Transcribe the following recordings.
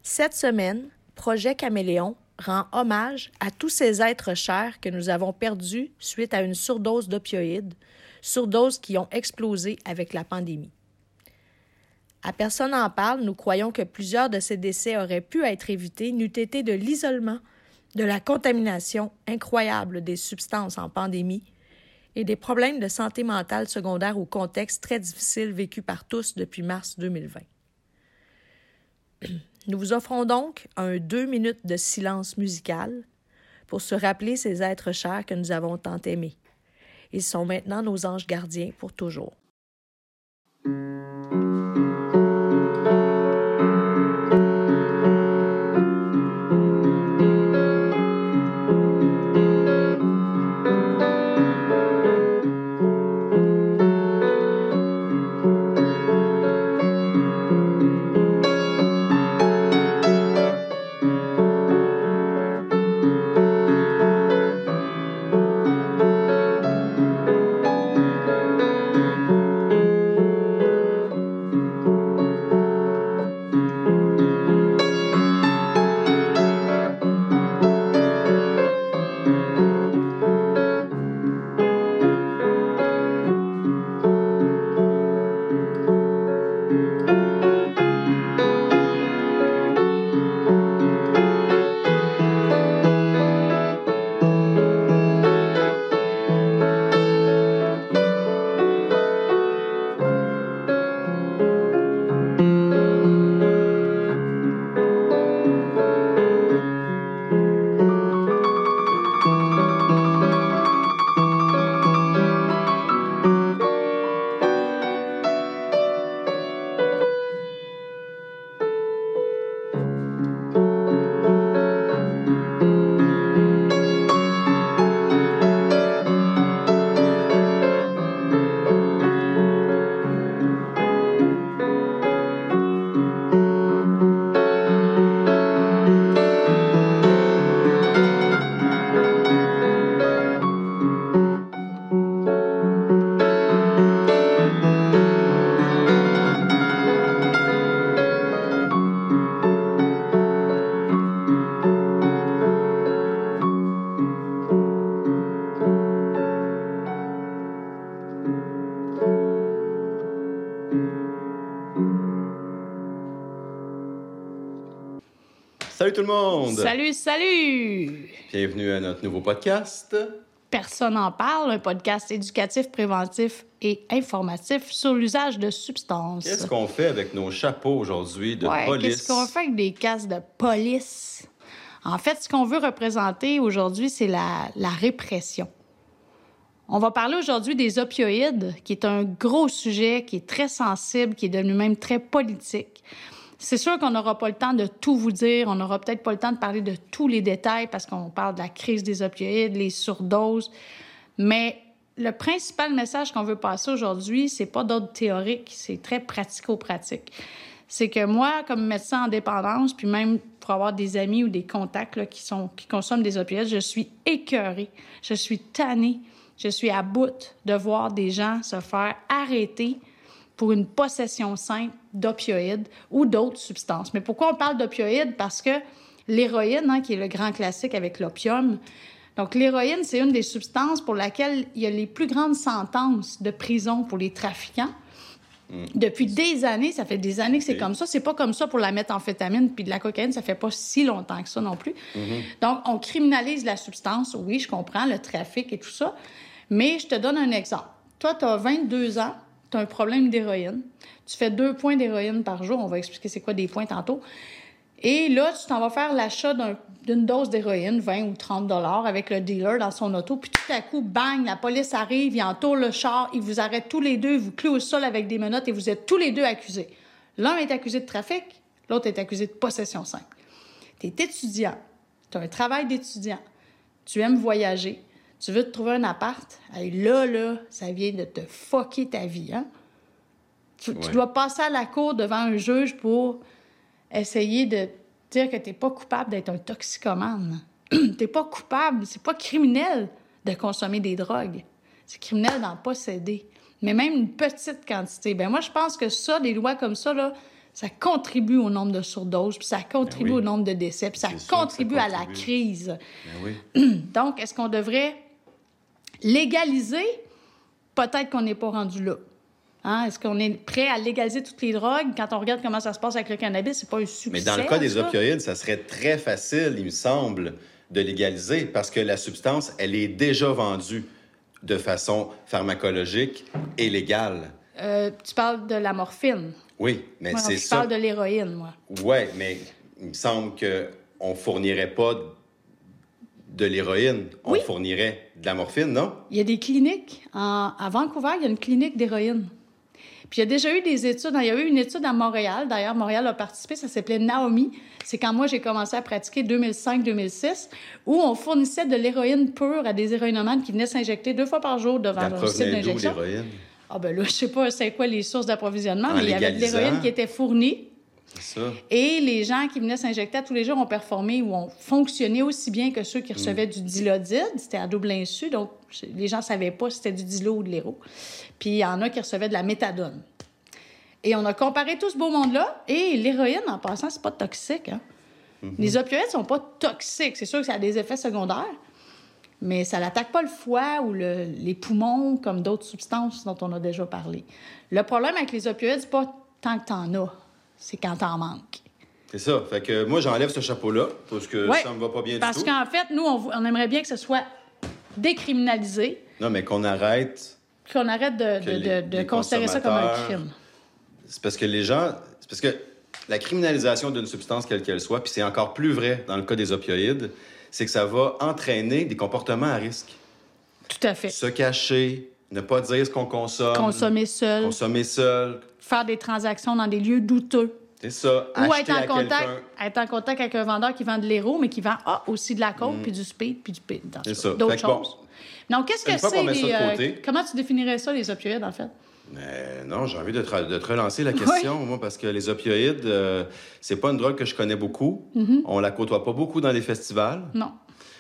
Cette semaine, Projet Caméléon rend hommage à tous ces êtres chers que nous avons perdus suite à une surdose d'opioïdes, surdoses qui ont explosé avec la pandémie. À Personne n'en parle, nous croyons que plusieurs de ces décès auraient pu être évités n'eût été de l'isolement, de la contamination incroyable des substances en pandémie et des problèmes de santé mentale secondaires au contexte très difficile vécu par tous depuis mars 2020. Nous vous offrons donc un 2 minutes de silence musical pour se rappeler ces êtres chers que nous avons tant aimés. Ils sont maintenant nos anges gardiens pour toujours. Salut tout le monde! Salut, salut! Bienvenue à notre nouveau podcast. Personne n'en parle, un podcast éducatif, préventif et informatif sur l'usage de substances. Qu'est-ce qu'on fait avec nos chapeaux aujourd'hui de police? Qu'est-ce qu'on fait avec des casques de police? En fait, ce qu'on veut représenter aujourd'hui, c'est la répression. On va parler aujourd'hui des opioïdes, qui est un gros sujet, qui est très sensible, qui est devenu même très politique. C'est sûr qu'on n'aura pas le temps de tout vous dire. On n'aura peut-être pas le temps de parler de tous les détails parce qu'on parle de la crise des opioïdes, les surdoses. Mais le principal message qu'on veut passer aujourd'hui, c'est pas d'ordre théorique, c'est très pratico-pratique. C'est que moi, comme médecin en dépendance, puis même pour avoir des amis ou des contacts là, qui consomment des opioïdes, je suis écœurée, je suis tannée, je suis à bout de voir des gens se faire arrêter pour une possession simple d'opioïdes ou d'autres substances. Mais pourquoi on parle d'opioïdes? Parce que l'héroïne, qui est le grand classique avec l'opium, donc l'héroïne, c'est une des substances pour laquelle il y a les plus grandes sentences de prison pour les trafiquants. Depuis des années, ça fait des années que c'est comme ça. C'est pas comme ça pour la méthamphétamine puis de la cocaïne, ça fait pas si longtemps que ça non plus. Donc, on criminalise la substance. Oui, je comprends, le trafic et tout ça. Mais je te donne un exemple. Toi, tu as 22 ans, tu as un problème d'héroïne. Tu fais 2 points d'héroïne par jour. On va expliquer c'est quoi des points tantôt. Et là, tu t'en vas faire l'achat d'une dose d'héroïne, 20 ou 30 $ avec le dealer dans son auto. Puis tout à coup, bang, la police arrive, il entoure le char, il vous arrête tous les deux, il vous cloue au sol avec des menottes et vous êtes tous les deux accusés. L'un est accusé de trafic, l'autre est accusé de possession simple. Tu es étudiant, tu as un travail d'étudiant, tu aimes voyager, tu veux te trouver un appart. Et là, ça vient de te fucker ta vie, hein? Tu dois passer à la cour devant un juge pour essayer de dire que t'es pas coupable d'être un toxicomane. T'es pas coupable, c'est pas criminel de consommer des drogues. C'est criminel d'en posséder. Mais même une petite quantité. Ben moi, je pense que ça, des lois comme ça, là, ça contribue au nombre de surdoses, puis ça contribue au nombre de décès, puis ça contribue à la crise. Donc, est-ce qu'on devrait légaliser? Peut-être qu'on n'est pas rendu là. Hein? Est-ce qu'on est prêt à légaliser toutes les drogues? Quand on regarde comment ça se passe avec le cannabis, c'est pas un succès. Mais dans le cas des opioïdes, ça serait très facile, il me semble, de légaliser parce que la substance, elle est déjà vendue de façon pharmacologique et légale. Tu parles de la morphine. Oui, mais c'est ça. Je parle de l'héroïne, moi. Oui, mais il me semble qu'on ne fournirait pas de l'héroïne. On fournirait de la morphine, non? Il y a des cliniques. À Vancouver, il y a une clinique d'héroïne. Puis il y a déjà eu des études. Il y a eu une étude à Montréal. D'ailleurs, Montréal a participé. Ça s'appelait Naomi. C'est quand moi, j'ai commencé à pratiquer 2005-2006, où on fournissait de l'héroïne pure à des héroïnomanes qui venaient s'injecter 2 fois par jour devant leur site d'injection. D'où l'héroïne? Ah ben là, je sais pas c'est quoi les sources d'approvisionnement, mais il y avait de l'héroïne qui était fournie. C'est ça. Et les gens qui venaient s'injecter à tous les jours ont performé ou ont fonctionné aussi bien que ceux qui recevaient du dilodide. C'était à double insu, donc les gens ne savaient pas si c'était du dilo ou de l'héro. Puis il y en a qui recevaient de la méthadone. Et on a comparé tout ce beau monde-là, et l'héroïne, en passant, c'est pas toxique. Hein? Les opioïdes sont pas toxiques. C'est sûr que ça a des effets secondaires, mais ça n'attaque pas le foie ou les poumons comme d'autres substances dont on a déjà parlé. Le problème avec les opioïdes, c'est pas tant que t'en as, c'est quand t'en manques. C'est ça. Fait que moi, j'enlève ce chapeau-là parce que ça me va pas bien du tout. Parce qu'en fait, nous, on aimerait bien que ce soit décriminalisé. Non, mais qu'on arrête... Qu'on arrête de considérer ça comme un crime. C'est parce que les gens... C'est parce que la criminalisation d'une substance, quelle qu'elle soit, puis c'est encore plus vrai dans le cas des opioïdes, c'est que ça va entraîner des comportements à risque. Tout à fait. Se cacher, ne pas dire ce qu'on consomme. Consommer seul. Consommer seul. Faire des transactions dans des lieux douteux. C'est ça. Ou être en contact avec un vendeur qui vend de l'héro, mais qui vend aussi de la coke, puis du speed, puis c'est ça. D'autres choses. Donc, qu'est-ce que c'est comment tu définirais ça, les opioïdes, en fait? Non, j'ai envie de te relancer la question, moi, parce que les opioïdes, c'est pas une drogue que je connais beaucoup. On la côtoie pas beaucoup dans les festivals. Non.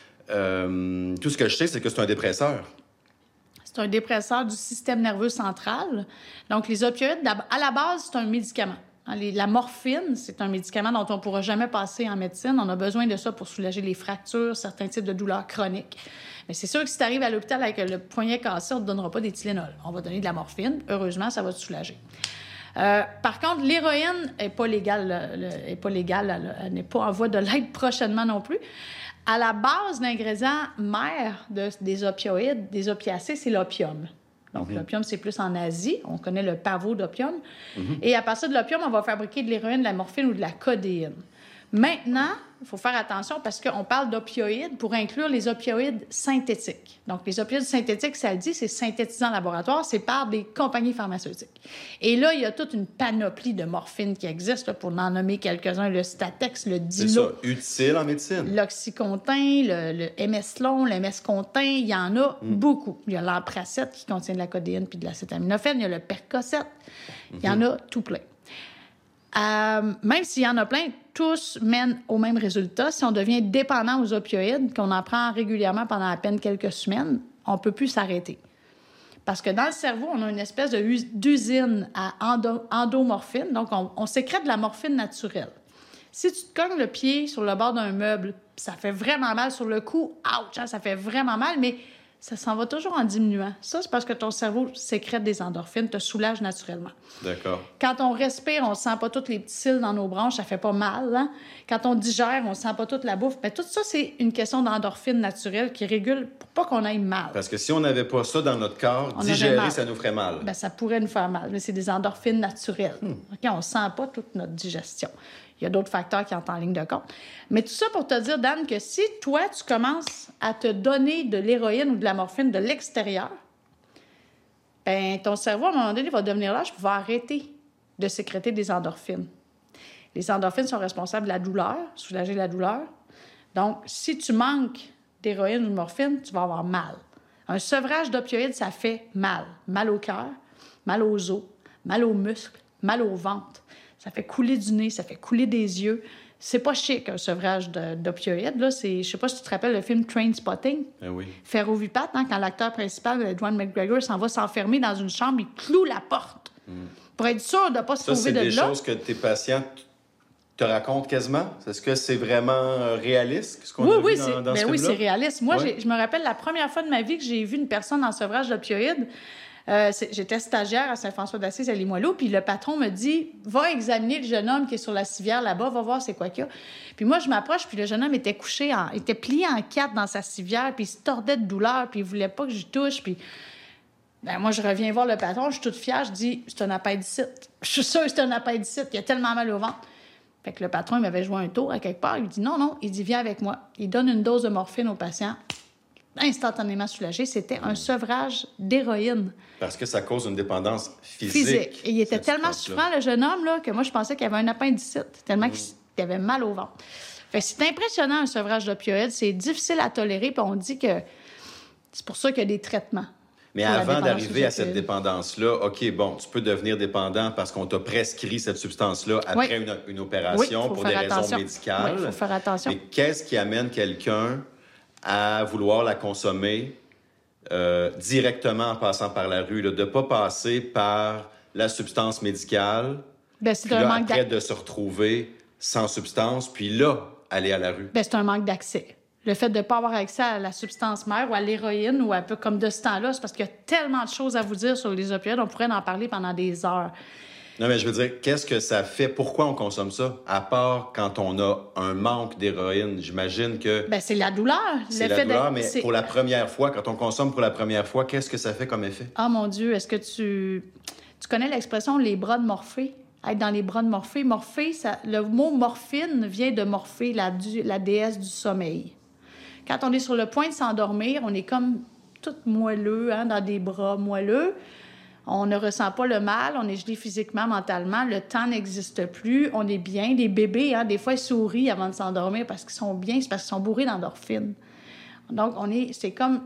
Tout ce que je sais, c'est que c'est un dépresseur. C'est un dépresseur du système nerveux central. Donc, les opioïdes, à la base, c'est un médicament. La morphine, c'est un médicament dont on ne pourra jamais passer en médecine. On a besoin de ça pour soulager les fractures, certains types de douleurs chroniques. Mais c'est sûr que si tu arrives à l'hôpital avec le poignet cassé, on ne te donnera pas des Tylenol. On va donner de la morphine. Heureusement, ça va te soulager. Par contre, l'héroïne n'est pas légale. Elle n'est pas en voie de l'être prochainement non plus. À la base, l'ingrédient mère des opioïdes, des opiacés, c'est l'opium. Donc, l'opium, c'est plus en Asie. On connaît le pavot d'opium. Et à partir de l'opium, on va fabriquer de l'héroïne, de la morphine ou de la codéine. Maintenant, il faut faire attention parce qu'on parle d'opioïdes pour inclure les opioïdes synthétiques. Donc, les opioïdes synthétiques, ça le dit, c'est synthétisé en laboratoire, c'est par des compagnies pharmaceutiques. Et là, il y a toute une panoplie de morphine qui existe, là, pour en nommer quelques-uns, le Statex, le Dilo. C'est ça, utile en médecine. L'Oxycontin, le MS-Long, le MS-Contin, il y en a beaucoup. Il y a l'Ampracette qui contient de la codéine puis de l'acétaminophène, il y a le Percocet, il y en a tout plein. Même s'il y en a plein, tous mènent au même résultat. Si on devient dépendant aux opioïdes, qu'on en prend régulièrement pendant à peine quelques semaines, on ne peut plus s'arrêter. Parce que dans le cerveau, on a une espèce d'usine à endomorphine. Donc, on sécrète de la morphine naturelle. Si tu te cognes le pied sur le bord d'un meuble, ça fait vraiment mal sur le coup. Ouch! Hein, ça fait vraiment mal, mais ça s'en va toujours en diminuant. Ça, c'est parce que ton cerveau sécrète des endorphines, te soulage naturellement. D'accord. Quand on respire, on ne sent pas tous les petits cils dans nos branches, ça fait pas mal. Hein? Quand on digère, on ne sent pas toute la bouffe. Bien, tout ça, c'est une question d'endorphine naturelle qui régule pour pas qu'on aille mal. Parce que si on n'avait pas ça dans notre corps, digérer, ça nous ferait mal. Bien, ça pourrait nous faire mal, mais c'est des endorphines naturelles. Okay? On ne sent pas toute notre digestion. Il y a d'autres facteurs qui entrent en ligne de compte. Mais tout ça pour te dire, Dan, que si toi, tu commences à te donner de l'héroïne ou de la morphine de l'extérieur, bien, ton cerveau, à un moment donné, va devenir lâche, va arrêter de sécréter des endorphines. Les endorphines sont responsables de la douleur, soulager la douleur. Donc, si tu manques d'héroïne ou de morphine, tu vas avoir mal. Un sevrage d'opioïdes, ça fait mal. Mal au cœur, mal aux os, mal aux muscles, mal au ventre. Ça fait couler du nez, ça fait couler des yeux. C'est pas chic, un sevrage d'opioïdes. Là, je sais pas si tu te rappelles le film Trainspotting. Oui. Ferrovipat, hein, quand l'acteur principal, Ewan McGregor, s'en va s'enfermer dans une chambre, il cloue la porte. pour être sûr de ne pas se Ça, trouver c'est de des là. choses que tes patients te racontent quasiment? Est-ce que c'est vraiment réaliste, ce qu'on a vu dans ce oui, film-là? c'est réaliste. Moi, Ouais. je me rappelle la première fois de ma vie que j'ai vu une personne en sevrage d'opioïdes. J'étais stagiaire à Saint-François-d'Assise à Limoilou, puis le patron me dit « Va examiner le jeune homme qui est sur la civière là-bas, va voir c'est quoi qu'il y a. » Puis moi, je m'approche, puis le jeune homme était était plié en quatre dans sa civière, puis il se tordait de douleur, puis il voulait pas que je touche, puis... Ben, moi, je reviens voir le patron, je suis toute fière, je dis « C'est un appendicite. Je suis sûre que c'est un appendicite, il a tellement mal au ventre. » Fait que le patron, il m'avait joué un tour à quelque part, il me dit « Non, il dit « Viens avec moi. » Il donne une dose de morphine au patient. Instantanément soulagé, c'était un sevrage d'héroïne. Parce que ça cause une dépendance physique. Et il était cette tellement substance-là. souffrant, le jeune homme, là, que moi, je pensais qu'il avait un appendicite, tellement qu'il avait mal au ventre. Fait que c'est impressionnant, un sevrage d'opioïdes. C'est difficile à tolérer, puis on dit que c'est pour ça qu'il y a des traitements. Mais pour la avant dépendance d'arriver à aux cette opioïdes. dépendance-là, OK, bon, tu peux devenir dépendant parce qu'on t'a prescrit cette substance-là après Oui. une Oui, opération faut pour faire des raisons attention. médicales. Oui, faut faire attention. Mais qu'est-ce qui amène quelqu'un à vouloir la consommer directement en passant par la rue, là, de ne pas passer par la substance médicale, Ben, c'est puis un là, manque après de se retrouver sans substance, puis là, aller à la rue. Ben, c'est un manque d'accès. Le fait de ne pas avoir accès à la substance mère ou à l'héroïne ou un peu comme de ce temps-là, c'est parce qu'il y a tellement de choses à vous dire sur les opioïdes, on pourrait en parler pendant des heures. Non, mais je veux dire, qu'est-ce que ça fait? Pourquoi on consomme ça? À part quand on a un manque d'héroïne. J'imagine que Ben, c'est la douleur. c'est Le la fait douleur, d'être- mais c'est- pour la première fois, quand on consomme pour la première fois, qu'est-ce que ça fait comme effet? Ah, mon Dieu, est-ce que tu connais l'expression « les bras de Morphée » ? Être dans les bras de Morphée. Morphée, le mot morphine vient de Morphée, la déesse du sommeil. Quand on est sur le point de s'endormir, on est comme tout moelleux, hein, dans des bras moelleux. On ne ressent pas le mal, on est gelé physiquement, mentalement. Le temps n'existe plus, on est bien. Les bébés, hein, des fois, ils sourient avant de s'endormir parce qu'ils sont bien, c'est parce qu'ils sont bourrés d'endorphines. Donc, c'est comme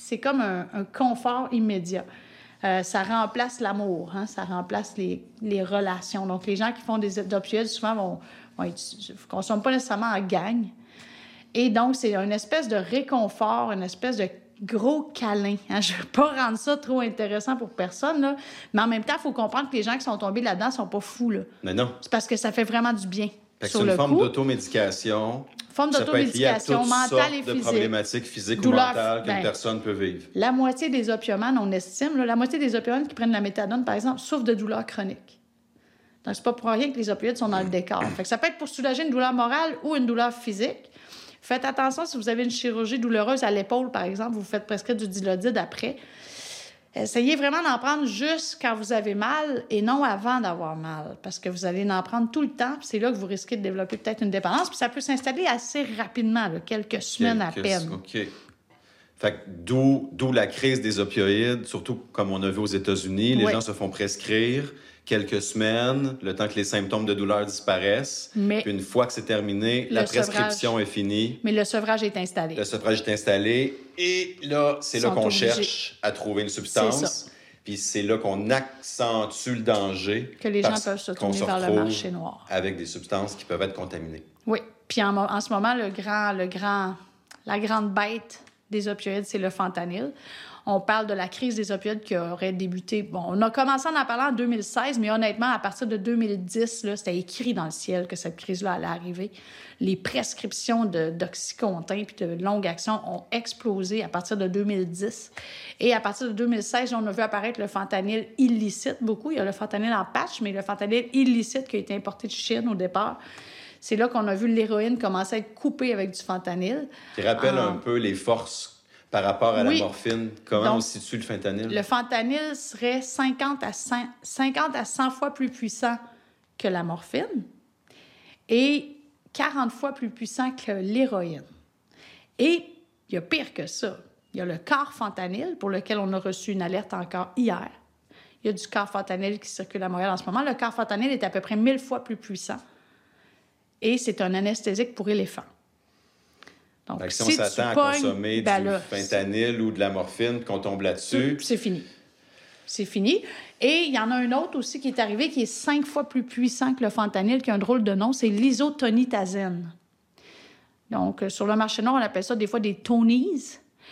un confort immédiat. Ça remplace l'amour, hein, ça remplace les relations. Donc, les gens qui font des opioïdes, souvent, ne consomment pas nécessairement en gang. Et donc, c'est une espèce de réconfort, une espèce de gros câlin. Hein? Je ne veux pas rendre ça trop intéressant pour personne, là. Mais en même temps, il faut comprendre que les gens qui sont tombés là-dedans ne sont pas fous. Là. Mais non. C'est parce que ça fait vraiment du bien. Fait que Sur c'est une le forme coup, d'automédication. forme Ça peut être lié à d'automédication toutes mentale sortes et de physique. problématiques physiques ou Douleur, mentales qu'une ben, personne peut vivre. La moitié des opiomanes, on estime, là, la moitié des opiomanes qui prennent la méthadone, par exemple, souffrent de douleurs chroniques. Donc, c'est pas pour rien que les opioïdes sont dans le décor. Fait que ça peut être pour soulager une douleur morale ou une douleur physique. Faites attention si vous avez une chirurgie douloureuse à l'épaule, par exemple, vous vous faites prescrire du Dilaudid après. Essayez vraiment d'en prendre juste quand vous avez mal et non avant d'avoir mal, parce que vous allez en prendre tout le temps, puis c'est là que vous risquez de développer peut-être une dépendance, puis ça peut s'installer assez rapidement, là, quelques semaines à peine. OK. Fait que d'où la crise des opioïdes, surtout comme on a vu aux États-Unis. Les Oui. gens se font prescrire quelques semaines, le temps que les symptômes de douleur disparaissent. Mais Puis une fois que c'est terminé, la le prescription est finie. Mais le sevrage est installé. Le sevrage est installé. Et là, c'est là Sont qu'on obligés. cherche à trouver une C'est substance. ça. Puis c'est là qu'on accentue le danger. Que les gens parce peuvent se qu'on tourner vers le retrouve marché noir. avec des substances qui peuvent être contaminées. Oui. Puis en ce moment, la grande bête des opioïdes, c'est le fentanyl. On parle de la crise des opioïdes qui aurait débuté... Bon, on a commencé à en parler en 2016, mais honnêtement, à partir de 2010, là, c'était écrit dans le ciel que cette crise-là allait arriver. Les prescriptions d'Oxycontin puis de longue action ont explosé à partir de 2010. Et à partir de 2016, on a vu apparaître le fentanyl illicite beaucoup. Il y a le fentanyl en patch, mais le fentanyl illicite qui a été importé de Chine au départ. C'est là qu'on a vu l'héroïne commencer à être coupée avec du fentanyl. Qui rappelle un peu les forces par rapport à la morphine. Comment Donc, on situe le fentanyl? Le fentanyl serait 50 à 100 fois plus puissant que la morphine et 40 fois plus puissant que l'héroïne. Et il y a pire que ça. Il y a le carfentanyl, pour lequel on a reçu une alerte encore hier. Il y a du carfentanyl qui circule à Montréal en ce moment. Le carfentanyl est à peu près 1000 fois plus puissant. Et c'est un anesthésique pour éléphants. Donc, Si on s'attend à consommer du fentanyl ou de la morphine, qu'on tombe là-dessus... C'est fini. C'est fini. Et il y en a un autre aussi qui est arrivé qui est 5 fois plus puissant que le fentanyl, qui a un drôle de nom, c'est l'isotonitazène. Donc, sur le marché noir, on appelle ça des fois des Tonies.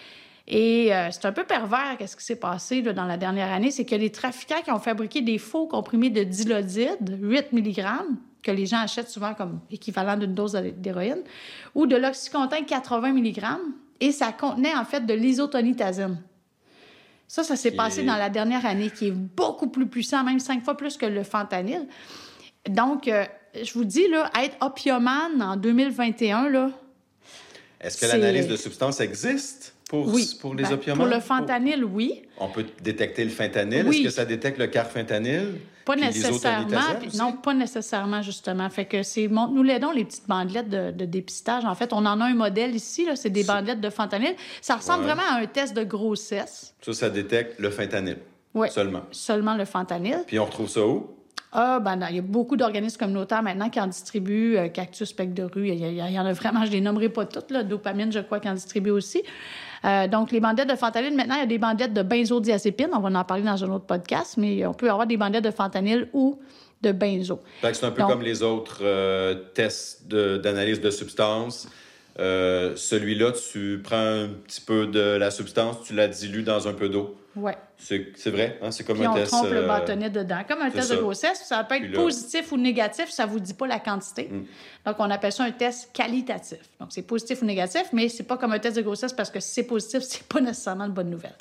Et c'est un peu pervers, qu'est-ce qui s'est passé là, dans la dernière année, c'est que les trafiquants qui ont fabriqué des faux comprimés de dilodide, 8 mg, que les gens achètent souvent comme équivalent d'une dose d'héroïne, ou de l'oxycontin 80 mg, et ça contenait en fait de l'isotonitazine. Ça s'est passé dans la dernière année, qui est beaucoup plus puissant, même 5 fois plus que le fentanyl. Donc, je vous dis, là, être opiomane en 2021, là... Est-ce que l'analyse de substance existe pour les opiomanes? Pour le fentanyl, oui. On peut détecter le fentanyl. Oui. Est-ce que ça détecte le carfentanyl? Pas nécessairement. Non, pas nécessairement, justement. Fait que c'est... Montre-nous les dons, les petites bandelettes de dépistage. En fait, on en a un modèle ici, là, c'est des bandelettes de fentanyl. Ça ressemble vraiment à un test de grossesse. Ça détecte le fentanyl. Oui. Seulement. Seulement le fentanyl. Puis on retrouve ça où? Il y a beaucoup d'organismes communautaires maintenant qui en distribuent. Cactus, Bec de rue, il y en a vraiment, je les nommerai pas toutes. Là. Dopamine, je crois, qui en distribue aussi. Donc, les bandelettes de fentanyl, maintenant, il y a des bandelettes de benzodiazépine. On va en parler dans un autre podcast, mais on peut avoir des bandelettes de fentanyl ou de benzo. Fait que c'est un peu comme les autres tests d'analyse de substance. Celui-là, tu prends un petit peu de la substance, tu la dilues dans un peu d'eau. Oui. C'est vrai, hein? C'est comme puis un test... on trompe le bâtonnet dedans. Comme un test de grossesse, ça peut être positif ou négatif, ça ne vous dit pas la quantité. Donc, on appelle ça un test qualitatif. Donc, c'est positif ou négatif, mais c'est pas comme un test de grossesse parce que si c'est positif, c'est pas nécessairement une bonne nouvelle.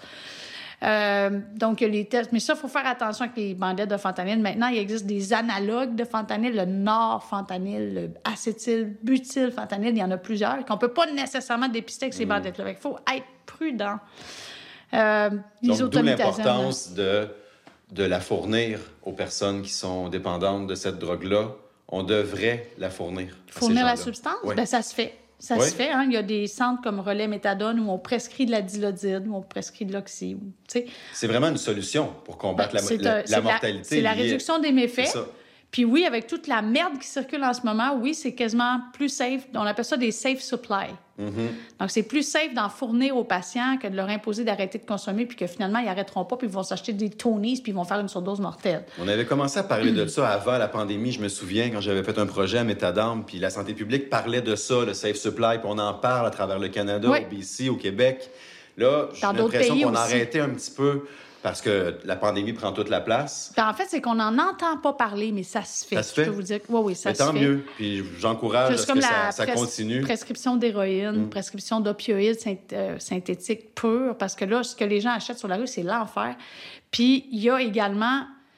Donc, les tests... Mais ça, il faut faire attention avec les bandelettes de fentanyl. Maintenant, il existe des analogues de fentanyl, le norfentanyl, le acétylbutylfentanyl, il y en a plusieurs, qu'on ne peut pas nécessairement dépister avec ces bandelettes-là. Il faut être prudent. Donc, d'où l'importance de la fournir aux personnes qui sont dépendantes de cette drogue-là. On devrait la fournir. Fournir la substance? Oui. Bien, ça se fait. Ça se fait. Hein? Il y a des centres comme Relais Méthadone où on prescrit de la dilodide, où on prescrit de l'oxy. C'est vraiment une solution pour combattre la mortalité. C'est la réduction des méfaits. Puis oui, avec toute la merde qui circule en ce moment, oui, c'est quasiment plus safe. On appelle ça des safe supply. Donc, c'est plus safe d'en fournir aux patients que de leur imposer d'arrêter de consommer puis que finalement, ils n'arrêteront pas puis ils vont s'acheter des Tonys puis ils vont faire une surdose mortelle. On avait commencé à parler de ça avant la pandémie. Je me souviens quand j'avais fait un projet à Métadame puis la santé publique parlait de ça, le safe supply, puis on en parle à travers le Canada, au BC, au Québec. Là, j'ai l'impression qu'on a arrêté un petit peu parce que la pandémie prend toute la place. Puis en fait, c'est qu'on n'en entend pas parler, mais ça se fait. Ça se fait? Je peux vous dire. Oui, ça se fait. Tant mieux. Puis j'encourage à ce que ça continue. Prescription d'héroïne, prescription d'opioïdes synthétiques purs, parce que là, ce que les gens achètent sur la rue, c'est l'enfer. Puis il y a également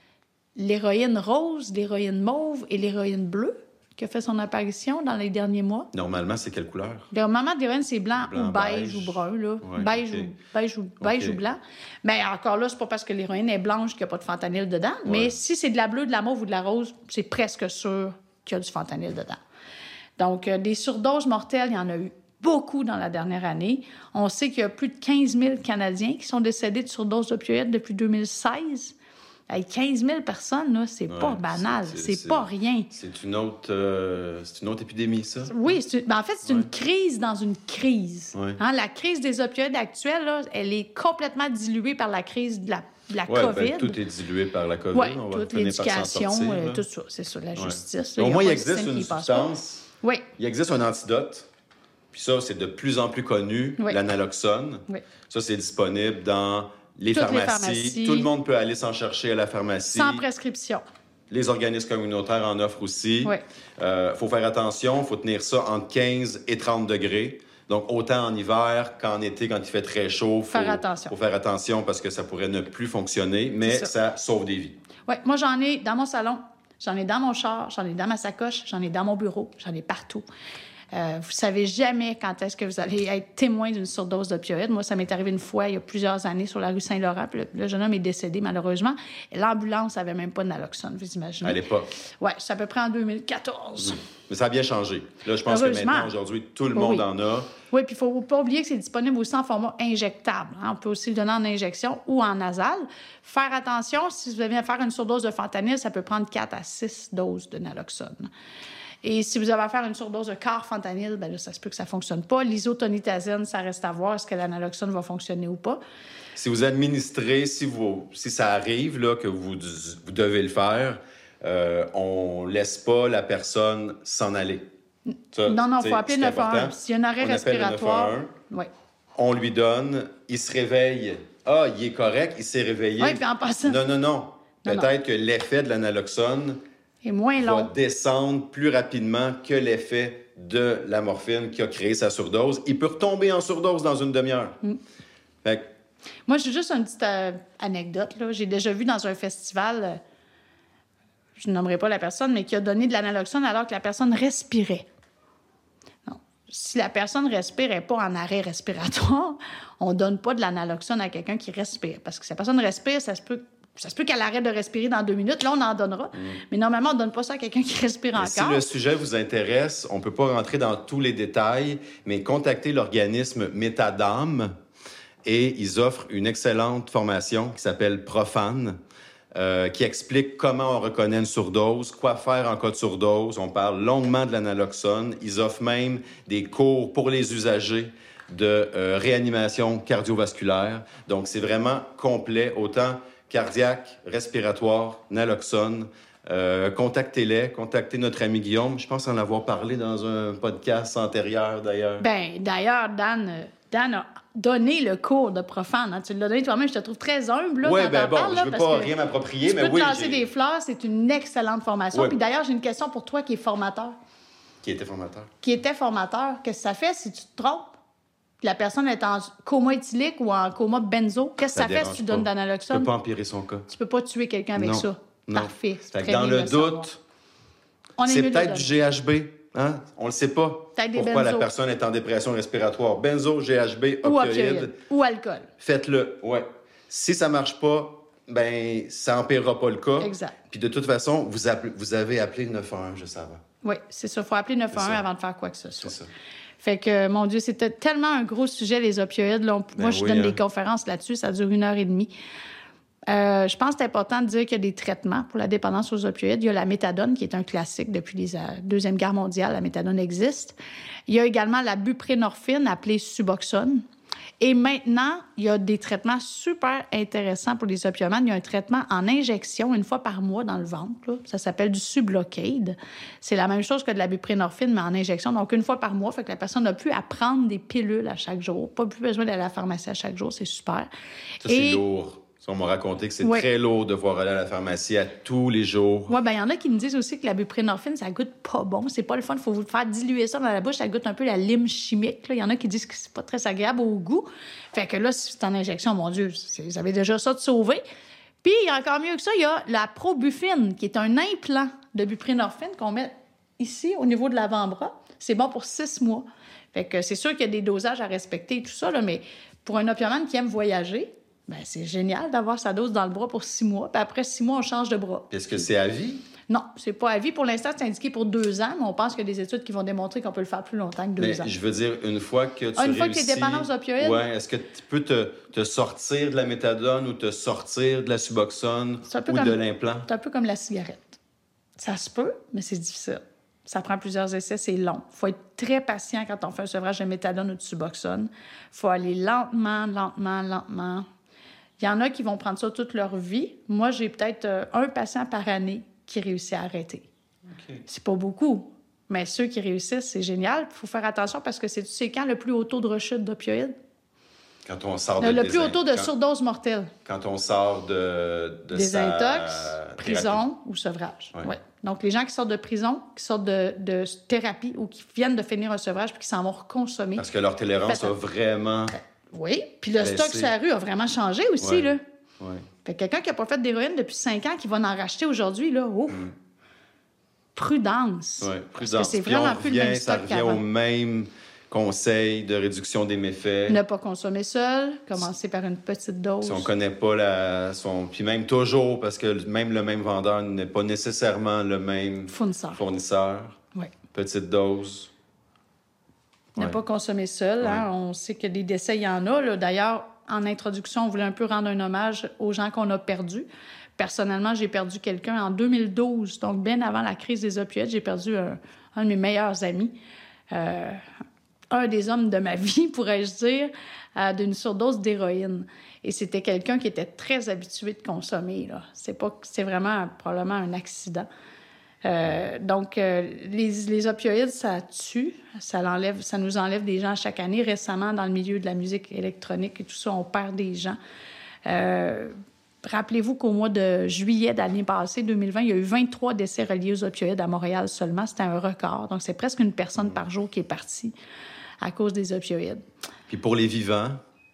l'héroïne rose, l'héroïne mauve et l'héroïne bleue qui a fait son apparition dans les derniers mois. Normalement, c'est quelle couleur? Normalement, l'héroïne, c'est blanc ou beige ou brun, là. Ouais, beige ou blanc. Mais encore là, c'est pas parce que l'héroïne est blanche qu'il n'y a pas de fentanyl dedans. Ouais. Mais si c'est de la bleue, de la mauve ou de la rose, c'est presque sûr qu'il y a du fentanyl dedans. Donc, des surdoses mortelles, il y en a eu beaucoup dans la dernière année. On sait qu'il y a plus de 15 000 Canadiens qui sont décédés de surdoses d'opioïdes depuis 2016. Avec 15 000 personnes, là, c'est pas banal. C'est pas rien. C'est une autre épidémie, ça? Oui. En fait, c'est une crise dans une crise. Ouais. Hein, la crise des opioïdes actuelle, là, elle est complètement diluée par la crise de la COVID. Ben, tout est dilué par la COVID. Oui, on va toute l'éducation, tout ça. C'est ça, la justice. Là, au moins, il existe une substance. Oui. Il existe un antidote. Puis ça, c'est de plus en plus connu, l'analoxone. Oui. Ça, c'est disponible dans... Les pharmacies. Tout le monde peut aller s'en chercher à la pharmacie. Sans prescription. Les organismes communautaires en offrent aussi. Oui. Faut faire attention. Il faut tenir ça entre 15 et 30 degrés. Donc, autant en hiver qu'en été, quand il fait très chaud. Faut faire attention parce que ça pourrait ne plus fonctionner, mais ça sauve des vies. Oui. Moi, j'en ai dans mon salon, j'en ai dans mon char, j'en ai dans ma sacoche, j'en ai dans mon bureau, j'en ai partout. Vous savez jamais quand est-ce que vous allez être témoin d'une surdose d'opioïdes. Moi, ça m'est arrivé une fois, il y a plusieurs années, sur la rue Saint-Laurent. Puis le jeune homme est décédé, malheureusement. Et l'ambulance n'avait même pas de naloxone, vous imaginez. À l'époque. Oui, c'est à peu près en 2014. Mais ça a bien changé. Là, je pense que maintenant, aujourd'hui, tout le monde en a. Oui, puis il ne faut pas oublier que c'est disponible aussi en format injectable. Hein. On peut aussi le donner en injection ou en nasal. Faire attention, si vous devez faire une surdose de fentanyl, ça peut prendre 4 à 6 doses de naloxone. Et si vous avez à faire une surdose de carfentanyl, bien là, ça se peut que ça ne fonctionne pas. L'isotonitazine, ça reste à voir. Est-ce que l'analoxone va fonctionner ou pas? Si vous administrez, si ça arrive là, que vous devez le faire, on ne laisse pas la personne s'en aller. Ça, non, il faut appeler le 911. S'il y a un arrêt respiratoire... Oui. on lui donne, il se réveille. Ah, il est correct, il s'est réveillé. Oui, puis en passant... Non. Peut-être que l'effet de l'analoxone est moins long. Va descendre plus rapidement que l'effet de la morphine qui a créé sa surdose. Il peut retomber en surdose dans une demi-heure. Fait que... Moi, j'ai juste une petite anecdote. Là. J'ai déjà vu dans un festival, je ne nommerai pas la personne, mais qui a donné de l'analoxone alors que la personne respirait. Non. Si la personne ne respirait pas en arrêt respiratoire, on ne donne pas de l'analoxone à quelqu'un qui respire. Parce que si la personne respire, ça se peut qu'elle arrête de respirer dans 2 minutes. Là, on en donnera. Mais normalement, on ne donne pas ça à quelqu'un qui respire encore. Si le sujet vous intéresse, on ne peut pas rentrer dans tous les détails, mais contactez l'organisme Métadame et ils offrent une excellente formation qui s'appelle Profane, qui explique comment on reconnaît une surdose, quoi faire en cas de surdose. On parle longuement de l'analoxone. Ils offrent même des cours pour les usagers de réanimation cardiovasculaire. Donc, c'est vraiment complet, autant cardiaque, respiratoire, naloxone. Contactez-les, contactez notre ami Guillaume. Je pense en avoir parlé dans un podcast antérieur, d'ailleurs. Bien, d'ailleurs, Dan a donné le cours de Profane. Hein. Tu l'as donné toi-même. Je te trouve très humble. Oui, bien bon, je ne veux pas rien m'approprier, mais oui. Tu peux te lancer des fleurs. C'est une excellente formation. Oui. Puis d'ailleurs, j'ai une question pour toi qui est formateur. Qui était formateur? Qui était formateur. Qu'est-ce que ça fait si tu te trompes? La personne est en coma éthylique ou en coma benzo. Qu'est-ce que ça fait si tu donnes de l'analoxone? Tu ne peux pas empirer son cas. Tu ne peux pas tuer quelqu'un avec ça. Non. Parfait. Fait que dans le doute, c'est peut-être du GHB. Hein? On ne le sait pas. Pourquoi la personne est en dépression respiratoire. Benzo, GHB, opioïdes. Ou alcool. Faites-le, oui. Si ça ne marche pas, ben ça n'empirera pas le cas. Exact. Puis de toute façon, vous avez appelé le 911 juste avant. Oui, c'est ça. Il faut appeler 911 avant de faire quoi que ce soit. C'est ça. Fait que, mon Dieu, c'était tellement un gros sujet, les opioïdes. Là, moi, je donne des conférences là-dessus. Ça dure 1h30. Je pense que c'est important de dire qu'il y a des traitements pour la dépendance aux opioïdes. Il y a la méthadone, qui est un classique depuis la Deuxième Guerre mondiale. La méthadone existe. Il y a également la buprenorphine, appelée Suboxone. Et maintenant, il y a des traitements super intéressants pour les opiomanes. Il y a un traitement en injection 1 fois par mois dans le ventre. Là. Ça s'appelle du Sublocade. C'est la même chose que de la buprenorphine, mais en injection. Donc, 1 fois par mois, fait que la personne n'a plus à prendre des pilules à chaque jour. Pas plus besoin d'aller à la pharmacie à chaque jour. C'est super. Ça, c'est lourd. On m'a raconté que c'est très lourd de devoir aller à la pharmacie à tous les jours. Oui, bien, il y en a qui me disent aussi que la buprenorphine, ça goûte pas bon. C'est pas le fun. Il faut vous faire diluer ça dans la bouche. Ça goûte un peu la lime chimique. Il y en a qui disent que c'est pas très agréable au goût. Fait que là, si c'est en injection, mon Dieu, vous avez déjà ça de sauver. Puis, encore mieux que ça, il y a la Probufine, qui est un implant de buprenorphine qu'on met ici, au niveau de l'avant-bras. C'est bon pour 6 mois. Fait que c'est sûr qu'il y a des dosages à respecter et tout ça, là, mais pour un opiomane qui aime voyager, ben, c'est génial d'avoir sa dose dans le bras pour 6 mois. Puis après 6 mois, on change de bras. Est-ce que c'est à vie? Non, c'est pas à vie. Pour l'instant, c'est indiqué pour 2 ans, mais on pense qu'il y a des études qui vont démontrer qu'on peut le faire plus longtemps que 2 ans. Je veux dire, une fois que tu une fois que tu es dépendant aux opioïdes? Oui. Est-ce que tu peux te sortir de la méthadone ou te sortir de la Suboxone ou de l'implant? C'est un peu comme la cigarette. Ça se peut, mais c'est difficile. Ça prend plusieurs essais, c'est long. Il faut être très patient quand on fait un sevrage de méthadone ou de Suboxone. Il faut aller lentement. Il y en a qui vont prendre ça toute leur vie. Moi, j'ai peut-être un patient par année qui réussit à arrêter. Okay. C'est pas beaucoup, mais ceux qui réussissent, c'est génial. Il faut faire attention parce que c'est quand le plus haut taux de rechute d'opioïdes? Quand on sort de le plus haut taux de surdose mortelle. Quand on sort de des intox, prison ou sevrage. Ouais. Ouais. Donc, les gens qui sortent de prison, qui sortent de thérapie ou qui viennent de finir un sevrage puis qui s'en vont reconsommer. Parce que leur tolérance a vraiment... Oui, puis le stock sur la rue a vraiment changé aussi, là. Ouais. Fait que quelqu'un qui n'a pas fait d'héroïne depuis 5 ans, qui va en racheter aujourd'hui, là, prudence. Oui, prudence. Parce que c'est vraiment plus le même stock ça revient au même conseil de réduction des méfaits. Ne pas consommer seul, commencer par une petite dose. Si on ne connaît pas Puis même toujours, parce que même le même vendeur n'est pas nécessairement le même fournisseur. Oui. Petite dose. Ne pas consommer seul. Hein? On sait que des décès, il y en a. Là. D'ailleurs, en introduction, on voulait un peu rendre un hommage aux gens qu'on a perdus. Personnellement, j'ai perdu quelqu'un en 2012, donc bien avant la crise des opioïdes. J'ai perdu un de mes meilleurs amis, un des hommes de ma vie, pourrais-je dire, d'une surdose d'héroïne. Et c'était quelqu'un qui était très habitué de consommer. Là. C'est vraiment probablement un accident. Donc, les opioïdes, ça tue, ça nous enlève des gens chaque année. Récemment, dans le milieu de la musique électronique et tout ça, on perd des gens. Rappelez-vous qu'au mois de juillet de l'année passée, 2020, il y a eu 23 décès reliés aux opioïdes à Montréal seulement. C'était un record. Donc, c'est presque une personne par jour qui est partie à cause des opioïdes. Puis pour les vivants,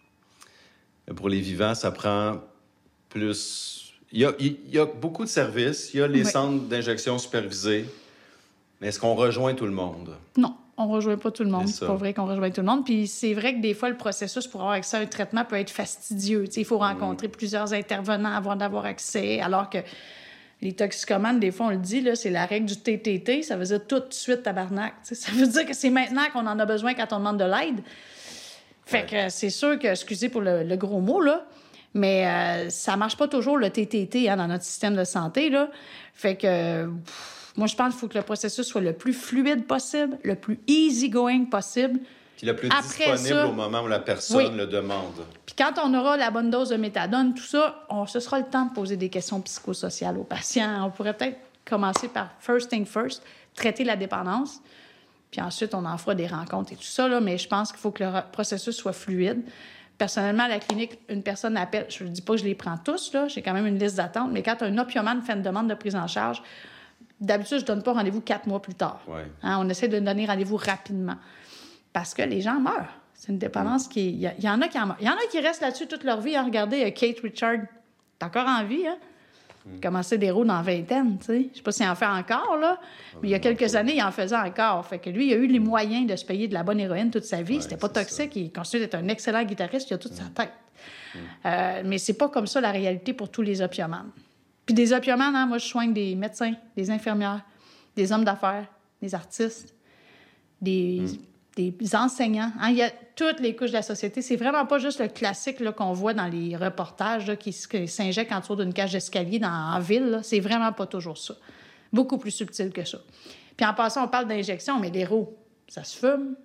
ça prend plus... Il y a beaucoup de services. Il y a les centres d'injection supervisés. Mais est-ce qu'on rejoint tout le monde? Non, on ne rejoint pas tout le monde. C'est pas vrai qu'on rejoint tout le monde. Puis c'est vrai que des fois, le processus pour avoir accès à un traitement peut être fastidieux. Il faut rencontrer plusieurs intervenants avant d'avoir accès. Alors que les toxicomanes, des fois, on le dit, là, c'est la règle du TTT. Ça veut dire tout de suite tabarnak. Ça veut dire que c'est maintenant qu'on en a besoin quand on demande de l'aide. Fait que c'est sûr que, excusez pour le gros mot, là, mais ça marche pas toujours, le TTT, dans notre système de santé, là. Fait que, moi, je pense qu'il faut que le processus soit le plus fluide possible, le plus easy-going possible. Puis le plus disponible au moment où la personne le demande. Puis quand on aura la bonne dose de méthadone, tout ça, ce sera le temps de poser des questions psychosociales aux patients. On pourrait peut-être commencer par first thing first, traiter la dépendance. Puis ensuite, on en fera des rencontres et tout ça, là, mais je pense qu'il faut que le processus soit fluide. Personnellement, à la clinique, une personne appelle, je ne dis pas que je les prends tous, là, j'ai quand même une liste d'attente, mais quand un opiomane fait une demande de prise en charge, d'habitude, je ne donne pas rendez-vous 4 mois plus tard. Ouais. On essaie de donner rendez-vous rapidement. Parce que les gens meurent. C'est une dépendance qui... Il y en a qui en meurent. Il y en a qui restent là-dessus toute leur vie. Regardez, Kate Richard, t'es encore en vie, hein? Commencé des rôles dans la vingtaine, tu sais. Je sais pas s'il en fait encore, là, mais il y a quelques années, il en faisait encore. Fait que lui, il a eu les moyens de se payer de la bonne héroïne toute sa vie. C'était pas toxique. Ça. Il continue d'être un excellent guitariste. Il a toute sa tête. Mais c'est pas comme ça la réalité pour tous les opiomanes. Puis des opiomanes, moi, je soigne des médecins, des infirmières, des hommes d'affaires, des artistes, des enseignants. Il y a toutes les couches de la société. C'est vraiment pas juste le classique là, qu'on voit dans les reportages là, qui s'injectent en dessous d'une cage d'escalier en ville. Là. C'est vraiment pas toujours ça. Beaucoup plus subtil que ça. Puis en passant, on parle d'injection, mais l'héros, ça se fume.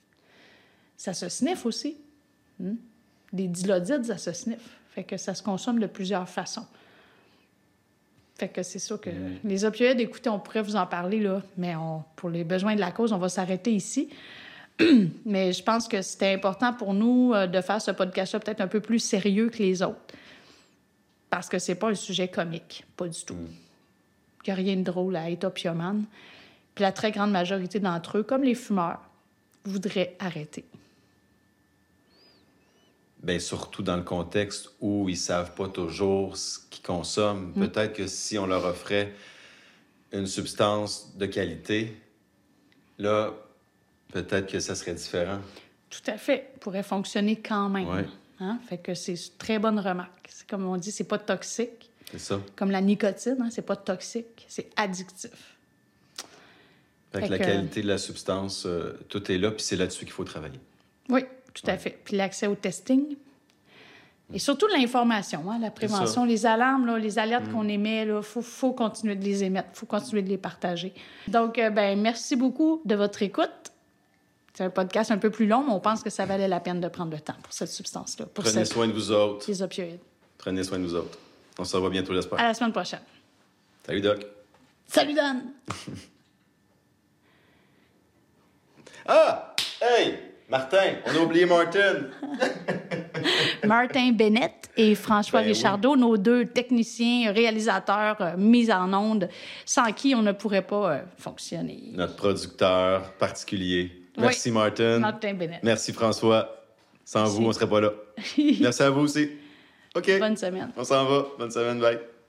Ça se sniffe aussi. Des dilodides, ça se sniffe. Fait que ça se consomme de plusieurs façons. Fait que c'est sûr que les opioïdes, écoutez, on pourrait vous en parler, là, mais pour les besoins de la cause, on va s'arrêter ici. Mais je pense que c'était important pour nous de faire ce podcast-là peut-être un peu plus sérieux que les autres. Parce que c'est pas un sujet comique, pas du tout. Il n'y a rien de drôle à être opiomane. Puis la très grande majorité d'entre eux, comme les fumeurs, voudraient arrêter. Bien, surtout dans le contexte où ils savent pas toujours ce qu'ils consomment. Peut-être que si on leur offrait une substance de qualité, là, peut-être que ça serait différent. Tout à fait. Pourrait fonctionner quand même. Oui. Fait que c'est une très bonne remarque. C'est comme on dit, c'est pas toxique. C'est ça. Comme la nicotine, c'est pas toxique, c'est addictif. Fait que la qualité de la substance, tout est là, puis c'est là-dessus qu'il faut travailler. Oui, tout à fait. Puis l'accès au testing. Et surtout l'information, la prévention, les alarmes, là, les alertes qu'on émet, il faut continuer de les émettre, il faut continuer de les partager. Donc, merci beaucoup de votre écoute. C'est un podcast un peu plus long, mais on pense que ça valait la peine de prendre le temps pour cette substance-là. Prenez soin de vous autres. Les opioïdes. Prenez soin de vous autres. On se revoit bientôt, j'espère. À la semaine prochaine. Salut, Doc. Salut, Dan. Ah! Hey! Martin! On a oublié Martin! Martin Bennett et François Richardot, nos deux techniciens, réalisateurs mis en onde, sans qui on ne pourrait pas fonctionner. Notre producteur particulier. Merci, Martin. Martin Bennett. Merci, François. Sans vous, on ne serait pas là. Merci à vous aussi. OK. Bonne semaine. On s'en va. Bonne semaine. Bye.